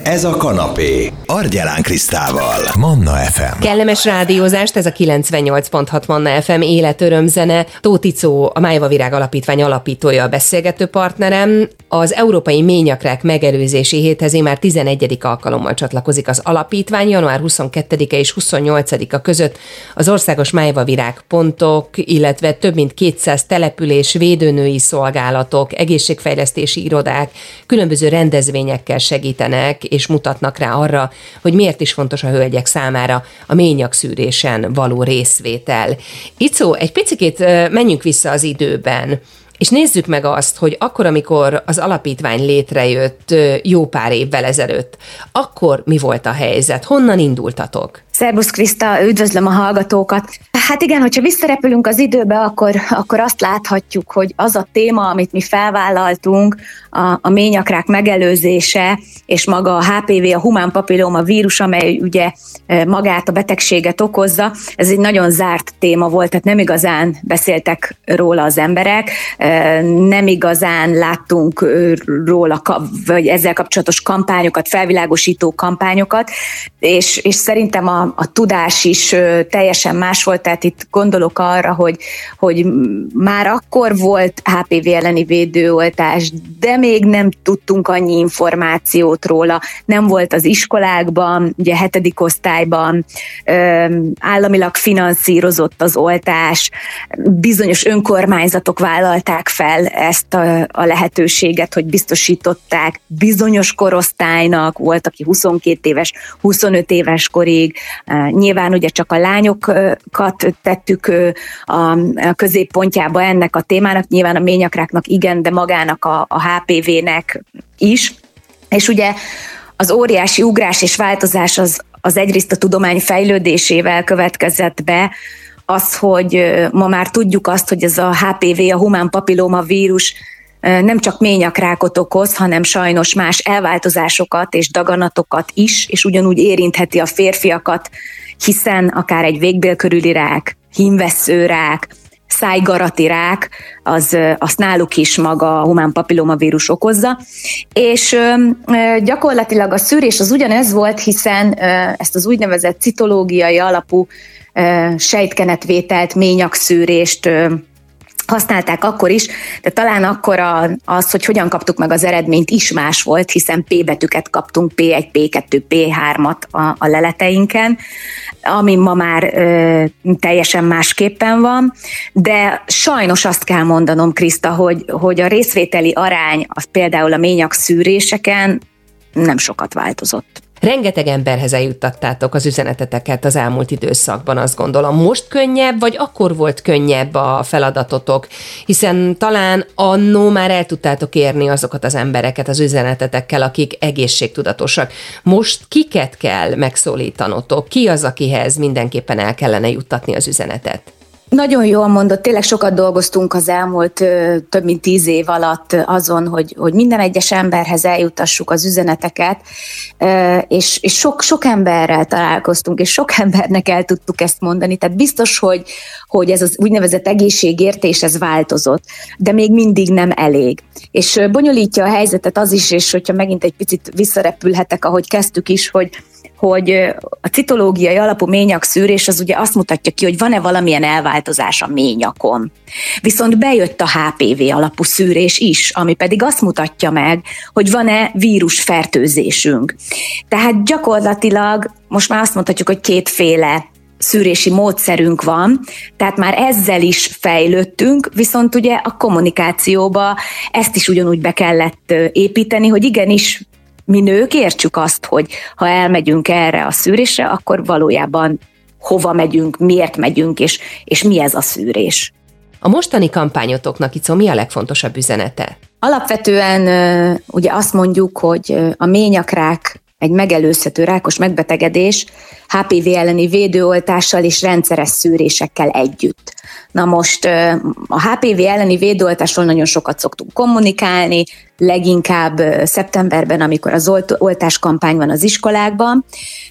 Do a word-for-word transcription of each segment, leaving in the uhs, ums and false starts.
Ez a kanapé. Argyelán Krisztával. Manna ef em. Kellemes rádiózást, ez a kilencvennyolc pont hat Manna ef em életörömzene. Tóth Icó, a Májva Virág Alapítvány alapítója, a beszélgető partnerem. Az Európai Ményakrák Megelőzési Héthez már tizenegyedik alkalommal csatlakozik az alapítvány. január huszonkettedike és huszonnyolcadika között az országos Májva Virág pontok, illetve több mint kétszáz település, védőnői szolgálatok, egészségfejlesztési irodák különböző rendezvényekkel segítenek és mutatnak rá arra, hogy miért is fontos a hölgyek számára a ményakszűrésen való részvétel. Icó, egy picikét menjünk vissza az időben, és nézzük meg azt, hogy akkor, amikor az alapítvány létrejött jó pár évvel ezelőtt, akkor mi volt a helyzet? Honnan indultatok? Szerbusz Kriszta, üdvözlöm a hallgatókat. Hát igen, hogyha visszarepülünk az időbe, akkor, akkor azt láthatjuk, hogy az a téma, amit mi felvállaltunk, a, a ményakrák megelőzése, és maga a há pé vé, a humán papilloma vírus, amely ugye magát a betegséget okozza, ez egy nagyon zárt téma volt, tehát nem igazán beszéltek róla az emberek, nem igazán láttunk róla, vagy ezzel kapcsolatos kampányokat, felvilágosító kampányokat, és, és szerintem a a tudás is teljesen más volt, tehát itt gondolok arra, hogy, hogy már akkor volt há pé vé elleni védőoltás, de még nem tudtunk annyi információt róla, nem volt az iskolákban, ugye hetedik osztályban államilag finanszírozott az oltás, bizonyos önkormányzatok vállalták fel ezt a, a lehetőséget, hogy biztosították bizonyos korosztálynak, volt, aki huszonkét éves, huszonöt éves korig. Nyilván ugye csak a lányokat tettük a középpontjába ennek a témának, nyilván a ményakráknak igen, de magának a, a há pé vének is. És ugye az óriási ugrás és változás az, az egyrészt a tudomány fejlődésével következett be, az, hogy ma már tudjuk azt, hogy ez a há pé vé, a humán papilloma vírus nem csak ményakrákot okoz, hanem sajnos más elváltozásokat és daganatokat is, és ugyanúgy érintheti a férfiakat, hiszen akár egy végbél körüli rák, hímvesszőrák, szájgarati rák, az, azt náluk is maga a humán papillomavírus okozza. És gyakorlatilag a szűrés az ugyanez volt, hiszen ezt az úgynevezett citológiai alapú sejtkenetvételt, ményakszűrést használták akkor is, de talán akkor az, hogy hogyan kaptuk meg az eredményt is más volt, hiszen P betűket kaptunk, P egy, P kettő, P hármat a, a leleteinken, ami ma már ö, teljesen másképpen van, de sajnos azt kell mondanom, Kriszta, hogy, hogy a részvételi arány az például a ményakszűréseken nem sokat változott. Rengeteg emberhez eljuttattátok az üzeneteteket az elmúlt időszakban, azt gondolom. Most könnyebb, vagy akkor volt könnyebb a feladatotok? Hiszen talán annó már el tudtátok érni azokat az embereket az üzenetetekkel, akik egészségtudatosak. Most kiket kell megszólítanotok? Ki az, akihez mindenképpen el kellene juttatni az üzenetet? Nagyon jól mondott, tényleg sokat dolgoztunk az elmúlt ö, több mint tíz év alatt azon, hogy, hogy minden egyes emberhez eljutassuk az üzeneteket, ö, és, és sok, sok emberrel találkoztunk, és sok embernek el tudtuk ezt mondani, tehát biztos, hogy, hogy ez az úgynevezett egészségértés, ez változott, de még mindig nem elég. És bonyolítja a helyzetet az is, és hogyha megint egy picit visszarepülhetek, ahogy kezdtük is, hogy hogy a citológiai alapú ményakszűrés az ugye azt mutatja ki, hogy van-e valamilyen elváltozás a ményakon. Viszont bejött a há pé vé alapú szűrés is, ami pedig azt mutatja meg, hogy van-e vírusfertőzésünk. Tehát gyakorlatilag most már azt mondhatjuk, hogy kétféle szűrési módszerünk van, tehát már ezzel is fejlődtünk, viszont ugye a kommunikációba ezt is ugyanúgy be kellett építeni, hogy igenis mi nők értsük azt, hogy ha elmegyünk erre a szűrésre, akkor valójában hova megyünk, miért megyünk, és, és mi ez a szűrés. A mostani kampányotoknak, Icó, mi a legfontosabb üzenete? Alapvetően ugye azt mondjuk, hogy a ményakrák egy megelőzhető rákos megbetegedés há pé vé elleni védőoltással és rendszeres szűrésekkel együtt. Na most a há pé vé elleni védőoltásról nagyon sokat szoktunk kommunikálni, leginkább szeptemberben, amikor az oltáskampány van az iskolákban,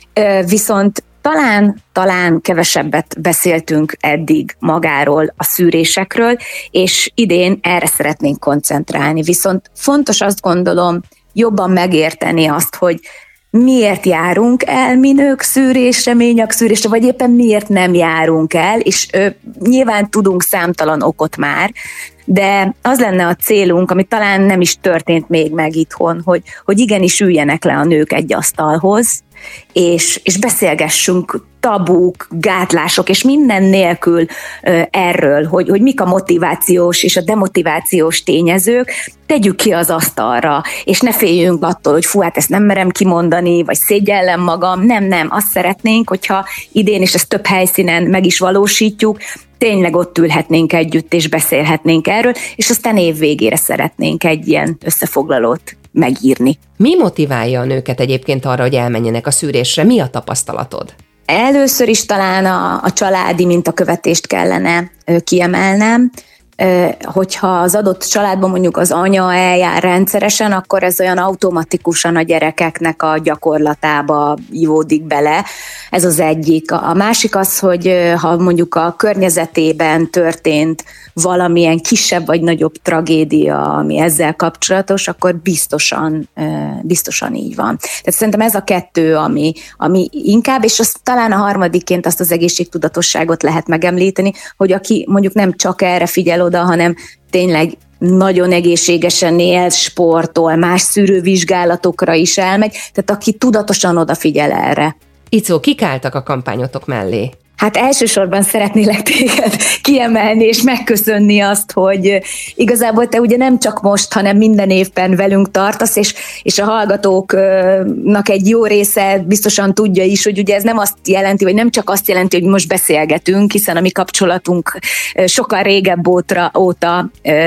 viszont talán, talán kevesebbet beszéltünk eddig magáról a szűrésekről, és idén erre szeretnénk koncentrálni. Viszont fontos azt gondolom jobban megérteni azt, hogy miért járunk el mi nők szűrésre, ményakszűrésre, vagy éppen miért nem járunk el, és ö, nyilván tudunk számtalan okot már, de az lenne a célunk, ami talán nem is történt még meg itthon, hogy, hogy igenis üljenek le a nők egy asztalhoz, és, és beszélgessünk tabuk, gátlások, és minden nélkül ö, erről, hogy, hogy mik a motivációs és a demotivációs tényezők, tegyük ki az asztalra, és ne féljünk attól, hogy fú, hát ezt nem merem kimondani, vagy szégyellem magam, nem, nem, azt szeretnénk, hogyha idén, és ezt több helyszínen meg is valósítjuk, tényleg ott ülhetnénk együtt, és beszélhetnénk erről, és aztán év végére szeretnénk egy ilyen összefoglalót megírni. Mi motiválja a nőket egyébként arra, hogy elmenjenek a szűrésre? Mi a tapasztalatod? Először is talán a, a családi mintakövetést kellene ö, kiemelnem, ö, hogyha az adott családban mondjuk az anya eljár rendszeresen, akkor ez olyan automatikusan a gyerekeknek a gyakorlatába ivódik bele. Ez az egyik. A másik az, hogy ö, ha mondjuk a környezetében történt valamilyen kisebb vagy nagyobb tragédia, ami ezzel kapcsolatos, akkor biztosan, biztosan így van. Tehát szerintem ez a kettő, ami, ami inkább, és azt talán a harmadikként azt az egészségtudatosságot lehet megemlíteni, hogy aki mondjuk nem csak erre figyel oda, hanem tényleg nagyon egészségesen él, sportol, más szűrővizsgálatokra is elmegy, tehát aki tudatosan odafigyel erre. Icó, kik álltak a kampányotok mellé? Hát elsősorban szeretnélek téged kiemelni és megköszönni azt, hogy igazából te ugye nem csak most, hanem minden évben velünk tartasz, és, és a hallgatóknak egy jó része biztosan tudja is, hogy ugye ez nem azt jelenti, vagy nem csak azt jelenti, hogy most beszélgetünk, hiszen a mi kapcsolatunk sokkal régebb óta, óta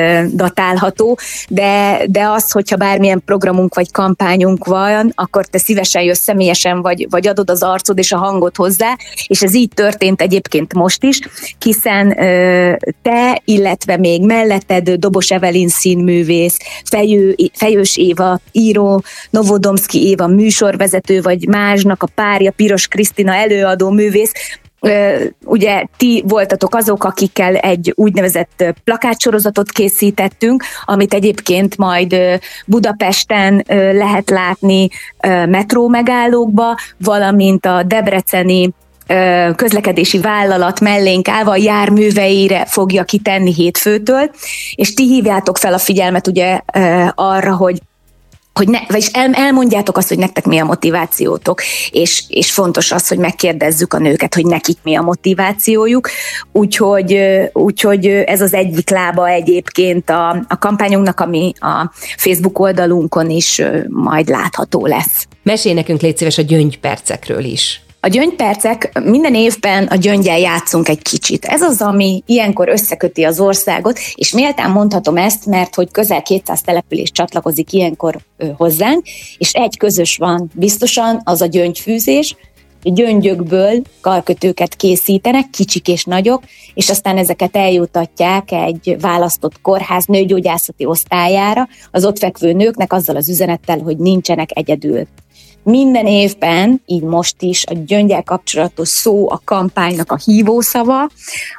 datálható, de, de az, hogyha bármilyen programunk vagy kampányunk van, akkor te szívesen jössz személyesen, vagy, vagy adod az arcod és a hangot hozzá, és ez így történt egyébként most is, hiszen ö, te, illetve még melletted Dobos Evelyn színművész, Fejő, Fejős Éva író, Novodomszki Éva műsorvezető, vagy Mázsnak a párja, Piros Krisztina előadó művész, Ö, ugye ti voltatok azok, akikkel egy úgynevezett plakátsorozatot készítettünk, amit egyébként majd Budapesten lehet látni metró megállókba, valamint a debreceni közlekedési vállalat mellénk állva járműveire fogja kitenni hétfőtől, és ti hívjátok fel a figyelmet ugye arra, hogy hogy ne, vagyis el, elmondjátok azt, hogy nektek mi a motivációtok, és, és fontos az, hogy megkérdezzük a nőket, hogy nekik mi a motivációjuk, úgyhogy, úgyhogy ez az egyik lába egyébként a, a kampányunknak, ami a Facebook oldalunkon is majd látható lesz. Mesélj nekünk légy szíves a gyöngypercekről is. A gyöngypercek, minden évben a gyönggyel játszunk egy kicsit. Ez az, ami ilyenkor összeköti az országot, és méltán mondhatom ezt, mert hogy közel kétszáz település csatlakozik ilyenkor hozzánk, és egy közös van biztosan, az a gyöngyfűzés. Gyöngyökből karkötőket készítenek, kicsik és nagyok, és aztán ezeket eljutatják egy választott kórház nőgyógyászati osztályára az ott fekvő nőknek azzal az üzenettel, hogy nincsenek egyedül. Minden évben, így most is, a gyöngyel kapcsolatos szó a kampánynak a hívószava,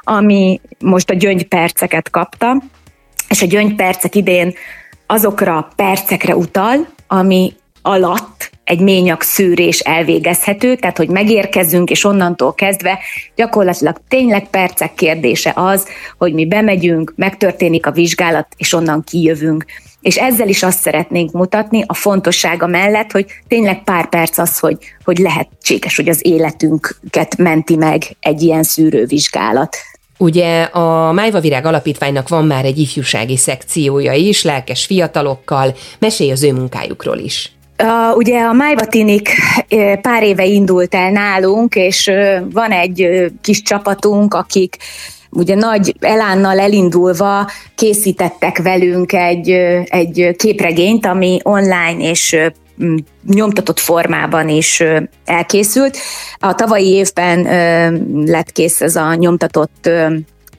ami most a gyöngyperceket kapta, és a gyöngypercek idén azokra a percekre utal, ami alatt egy ményak szűrés elvégezhető, tehát hogy megérkezünk, és onnantól kezdve gyakorlatilag tényleg percek kérdése az, hogy mi bemegyünk, megtörténik a vizsgálat, és onnan kijövünk. És ezzel is azt szeretnénk mutatni a fontossága mellett, hogy tényleg pár perc az, hogy, hogy lehetséges, hogy az életünket menti meg egy ilyen szűrővizsgálat. Ugye a Májva Virág Alapítványnak van már egy ifjúsági szekciója is, lelkes fiatalokkal, mesélj az ő munkájukról is. Uh, ugye a Májva Tinik pár éve indult el nálunk, és uh, van egy uh, kis csapatunk, akik ugye nagy elánnal elindulva készítettek velünk egy, uh, egy képregényt, ami online és uh, nyomtatott formában is uh, elkészült. A tavalyi évben uh, lett kész ez a nyomtatott uh,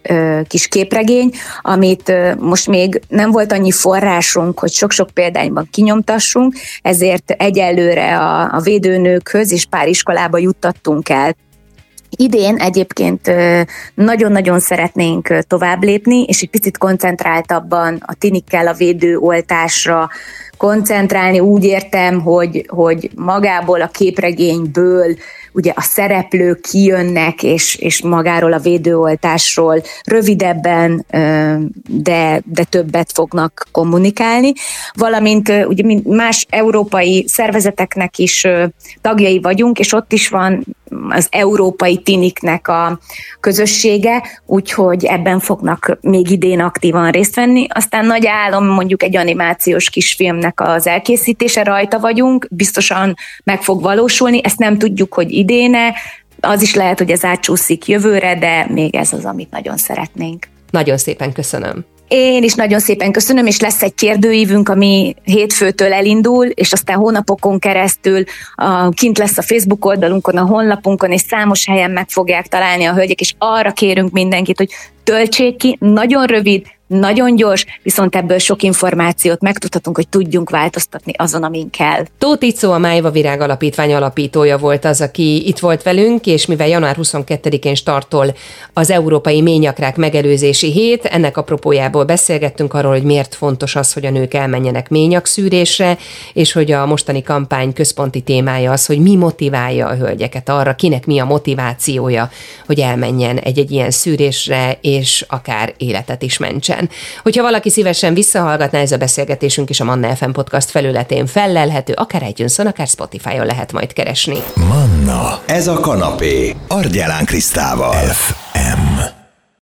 kis képregény, amit most még nem volt annyi forrásunk, hogy sok-sok példányban kinyomtassunk, ezért egyelőre a, a védőnőkhöz és pár iskolába juttattunk el Idén egyébként nagyon-nagyon szeretnénk tovább lépni, és egy picit koncentráltabban a tinikkel a védőoltásra koncentrálni. Úgy értem, hogy, hogy magából a képregényből ugye a szereplők kijönnek, és, és magáról a védőoltásról rövidebben, de, de többet fognak kommunikálni, valamint ugye más európai szervezeteknek is tagjai vagyunk, és ott is van az európai tiniknek a közössége, úgyhogy ebben fognak még idén aktívan részt venni. Aztán nagy álom mondjuk egy animációs kisfilmnek az elkészítése, rajta vagyunk, biztosan meg fog valósulni, ezt nem tudjuk, hogy idéne, az is lehet, hogy ez átcsúszik jövőre, de még ez az, amit nagyon szeretnénk. Nagyon szépen köszönöm. Én is nagyon szépen köszönöm, és lesz egy kérdőívünk, ami hétfőtől elindul, és aztán hónapokon keresztül a, kint lesz a Facebook oldalunkon, a honlapunkon, és számos helyen meg fogják találni a hölgyek, és arra kérünk mindenkit, hogy töltsék ki, nagyon rövid, nagyon gyors, viszont ebből sok információt megtudhatunk, hogy tudjunk változtatni azon, amin kell. Tóth Icó, a Májva Virág Alapítvány alapítója volt az, aki itt volt velünk, és mivel január huszonkettedikén startol az Európai Ményakrák Megelőzési Hét, ennek apropójából beszélgettünk arról, hogy miért fontos az, hogy a nők elmenjenek ményakszűrésre, és hogy a mostani kampány központi témája az, hogy mi motiválja a hölgyeket arra, kinek mi a motivációja, hogy elmenjen egy-egy ilyen szűrésre, és akár életet is mentsen. Hogyha valaki szívesen visszahallgatná, ez a beszélgetésünk is a Manna ef em podcast felületén fellelhető, akár iTunes-on, akár Spotify-on lehet majd keresni. Manna, ez a kanapé, Argyelán Krisztával. F.